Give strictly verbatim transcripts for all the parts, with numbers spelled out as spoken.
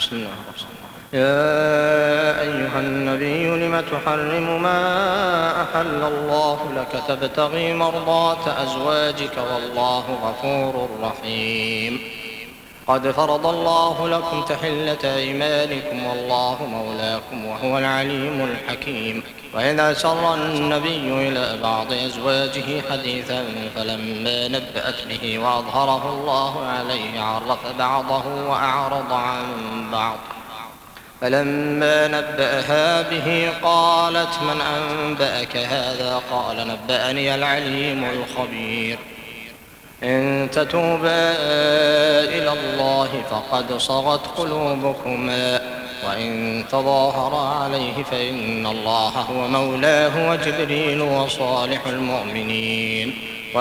بسم الله الرحمن الرحيم. يا أيها النبي لم تحرم ما أحل الله لك تبتغي مرضات أزواجك والله غفور رحيم. قد فرض الله لكم تحلة أيمانكم والله مولاكم وهو العليم الحكيم. وإذا سر النبي إلى بعض أزواجه حديثا فلما نبأت به وأظهره الله عليه عرف بعضه وأعرض عن بعض. فلما نبأها به قالت من أنبأك هذا؟ قال نبأني العليم الخبير. إن تتوبا إلى الله فقد صغت قلوبكما وإن تظاهرا عليه فإن الله هو مولاه وجبريل وصالح المؤمنين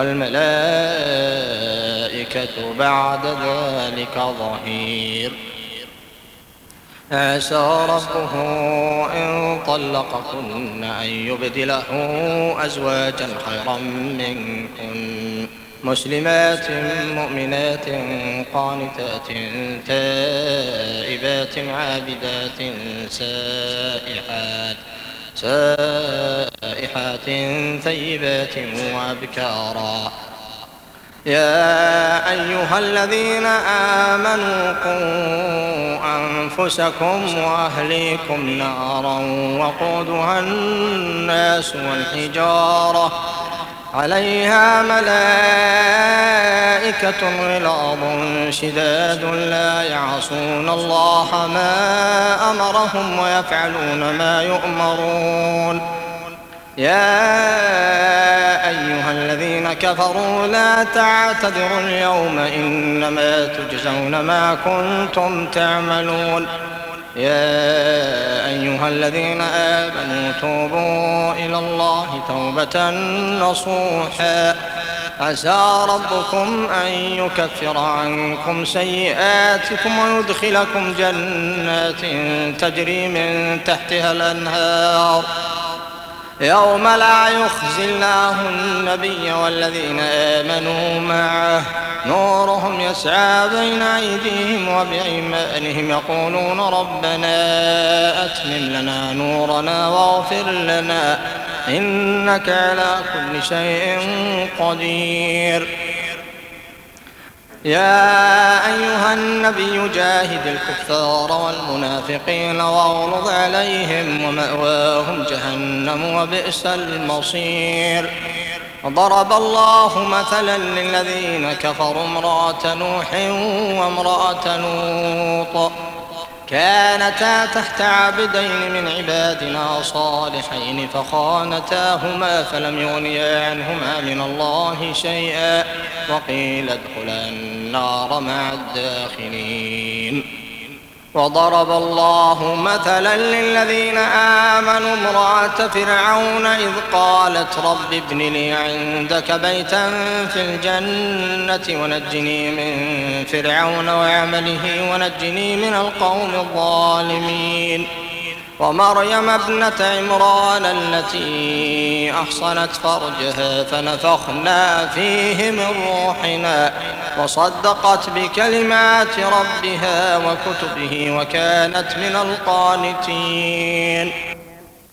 والملائكة بعد ذلك ظهير. عسى ربه إن طلقكن أن يبدله أزواجا خيرا منكن مسلمات مؤمنات قانتات تائبات عابدات سائحات سائحات ثيبات وأبكارا. يا أيها الذين آمنوا قوا أنفسكم وأهليكم نارا وقودها الناس والحجارة عليها ملائكة غلاظ شداد لا يعصون الله ما أمرهم ويفعلون ما يؤمرون. يا أيها الذين كفروا لا تعتذروا اليوم إنما تجزون ما كنتم تعملون. يا أيها الذين آمنوا توبوا إلى الله توبة نصوحا عسى ربكم أن يكفر عنكم سيئاتكم ويدخلكم جنات تجري من تحتها الأنهار يوم لا يخزي الله النبي والذين آمنوا معه نورهم يسعى بين أيديهم وبأيمانهم يقولون ربنا أتمم لنا نورنا واغفر لنا إنك على كل شيء قدير. يا أيها النبي جاهد الكفار والمنافقين واغلظ عليهم ومأواهم جهنم وبئس المصير. ضرب الله مثلا للذين كفروا امرأة نوح وامرأة لوط كانتا تحت عبدين من عبادنا صالحين فخانتاهما فلم يغنيا عنهما من الله شيئا وقيل ادخلا النار مع الداخلين. وضرب الله مثلا للذين آمنوا امرأة فرعون إذ قالت رب ابن لي عندك بيتا في الجنة ونجني من فرعون وعمله ونجني من القوم الظالمين. ومريم ابنة عمران التي أحصنت فرجها فنفخنا فيه من روحنا وصدقت بكلمات ربها وكتبه وكانت من القانتين.